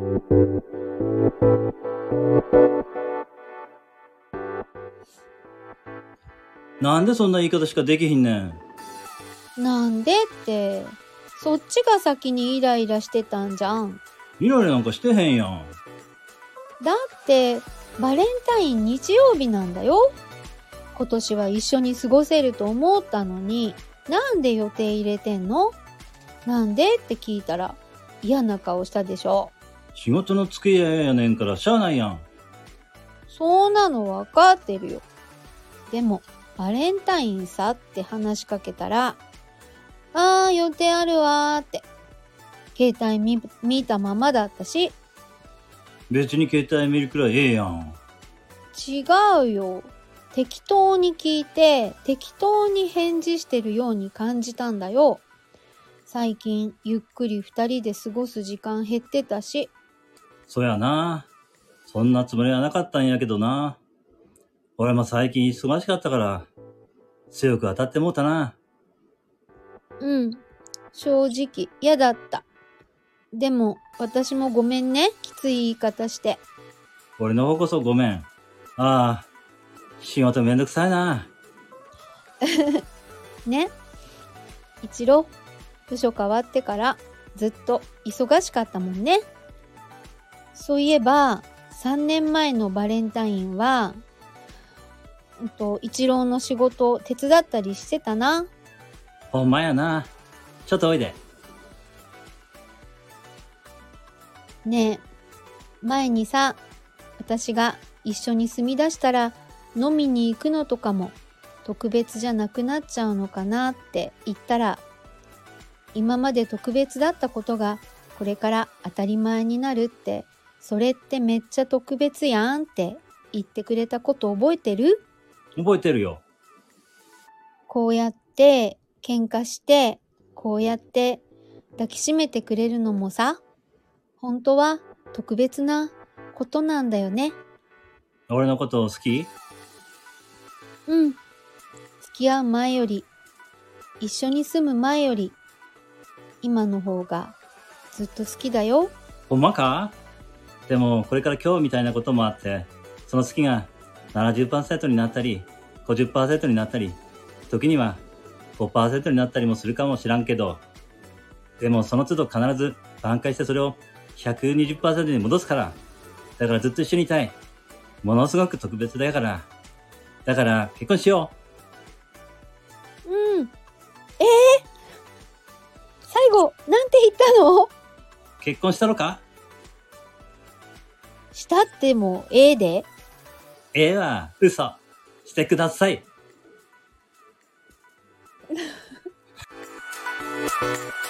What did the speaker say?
なんでそんな言い方しかできひんねん。 なんでって、そっちが先にイライラしてたんじゃん。 イライラなんかしてへんやん。 だってバレンタイン日曜日なんだよ。今年は一緒に過ごせると思ったのに、なんで予定入れてんの？なんでって聞いたら嫌な顔したでしょ。 仕事の付き合いやねんからしゃあないやん。 そうなのわかってるよ。でもバレンタインさって話しかけたら、予定あるわーって。携帯見たままだったし。 別に携帯見るくらいええやん。 違うよ。適当に聞いて、適当に返事してるように感じたんだよ。最近ゆっくり二人で過ごす時間減ってたし。 そやな。そんなつもりはなかったんやけどな。俺も最近忙しかったから、強く当たってもうたな。 うん。正直嫌だった。でも私もごめんね。きつい言い方して。 俺の方こそごめん。仕事めんどくさいな。 ね。一郎、部署変わってからずっと忙しかったもんね。そういえば、3年前のバレンタインは、一郎の仕事を手伝ったりしてたな。 ほんまやな。ちょっとおいで。 ねえ、前にさ、私が一緒に住み出したら飲みに行くのとかも特別じゃなくなっちゃうのかなって言ったら、今まで特別だったことがこれから当たり前になるって、それってめっちゃ特別やんって言ってくれたこと覚えてる？ 覚えてるよ。 こうやって喧嘩して、こうやって抱きしめてくれるのもさ、本当は特別なことなんだよね。 俺のこと好き？ うん。付き合う前より、一緒に住む前より、今の方がずっと好きだよ。 ほんまか？でもこれから今日みたいなこともあって、その好きが 70% になったり 50% になったり、時には 5% になったりもするかもしらんけど、でもその都度必ず挽回してそれを 120% に戻すから。だからずっと一緒にいたい。ものすごく特別だから。だから結婚しようん。最後、なんて言ったの？ う。結婚したのか？ したってもええで。 ええわ、嘘してください。